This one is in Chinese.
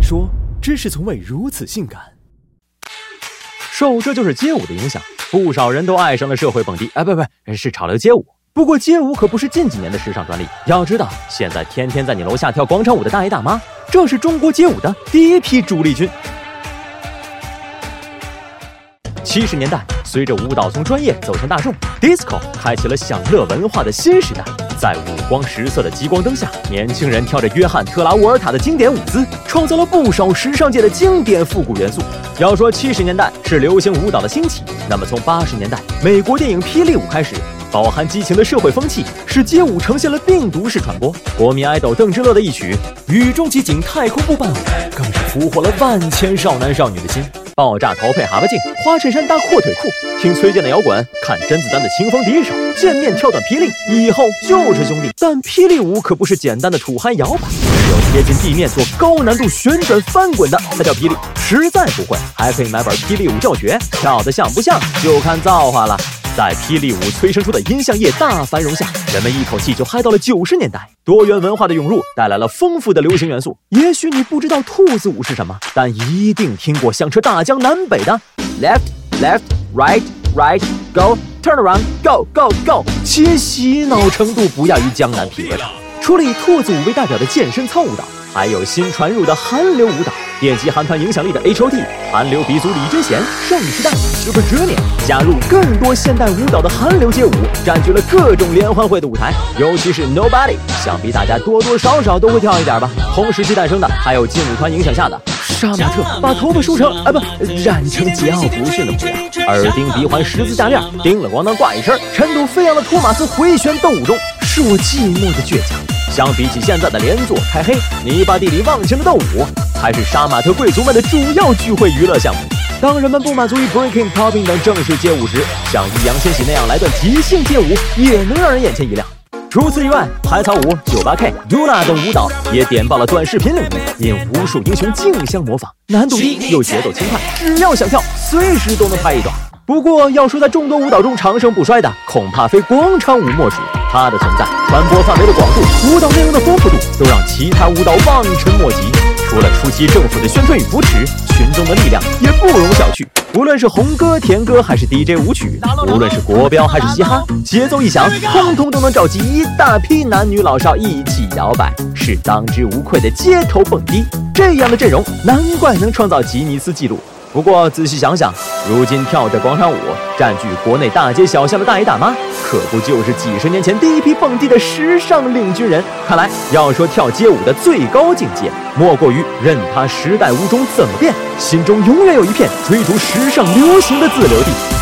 说，知识从未如此性感。 受这就是街舞的影响，不少人都爱上了社会蹦迪，是潮流街舞。不过街舞可不是近几年的时尚专利，要知道，现在天天在你楼下跳广场舞的大爷大妈，这是中国街舞的第一批主力军。70年代，随着舞蹈从专业走向大众 ，disco 开启了享乐文化的新时代。在五光十色的激光灯下，年轻人跳着约翰·特拉沃尔塔的经典舞姿，创造了不少时尚界的经典复古元素。要说70年代是流行舞蹈的兴起，那么从80年代美国电影《霹雳舞》开始，饱含激情的社会风气使街舞呈现了病毒式传播。国民爱豆邓之乐的一曲《 雨中奇景太空步伴舞》更是俘获了万千少男少女的心。 爆炸头配蛤蟆镜，花衬衫搭阔腿裤，听崔健的摇滚，看甄子丹的清风第一手，见面跳段霹雳，以后就是兄弟。但霹雳舞可不是简单的土嗨摇摆，只有贴近地面做高难度旋转翻滚的才叫霹雳。实在不会，还可以买本霹雳舞教学，跳得像不像就看造化了。在霹雳舞催生出的音像业大繁荣下，人们一口气就嗨到了90年代。多元文化的涌入带来了丰富的流行元素。也许你不知道兔子舞是什么，但一定听过响彻大江南北的 left left right right go turn around go go go， 其洗脑程度不亚于江南皮革厂。除了以兔子舞为代表的健身操舞蹈，还有新传入的韩流舞蹈，奠基韩团影响力的 H.O.T、韩流鼻祖李贞贤、少女时代、Super Junior， 加入更多现代舞蹈的韩流街舞，占据了各种联欢会的舞台。尤其是 Nobody， 想必大家多多少少都会跳一点吧。同时期诞生的还有劲舞团影响下的杀马特，把头发梳成染成桀骜不驯的模样，耳钉鼻环十字架链，叮了咣当挂一身，尘土飞扬的托马斯回旋斗舞中，是我寂寞的倔强。相比起现在的连坐开黑、泥巴地里忘情的斗舞，才是杀马特贵族们的主要聚会娱乐项目。当人们不满足于 breaking、popping 等正式街舞时，像易烊千玺那样来段即兴街舞，也能让人眼前一亮。除此以外，海草舞、98K、Yula 等舞蹈也点爆了短视频领域，引无数英雄竞相模仿，难度低又节奏轻快，只要想跳，随时都能拍一段。不过，要说在众多舞蹈中长盛不衰的，恐怕非广场舞莫属。它的存在、传播范围的广度、舞蹈内容的丰富度，都让其他舞蹈望尘莫及。除了初期政府的宣传与扶持，群众的力量也不容小觑。无论是红歌、甜歌还是 DJ 舞曲，无论是国标还是嘻哈，节奏一响，通通都能召集一大批男女老少一起摇摆，是当之无愧的街头蹦迪。这样的阵容，难怪能创造吉尼斯纪录。不过仔细想想，如今跳着广场舞占据国内大街小巷的大爷大妈，可不就是几十年前第一批蹦迪的时尚领军人？看来要说跳街舞的最高境界，莫过于任他时代舞种怎么变，心中永远有一片追逐时尚流行的自留地。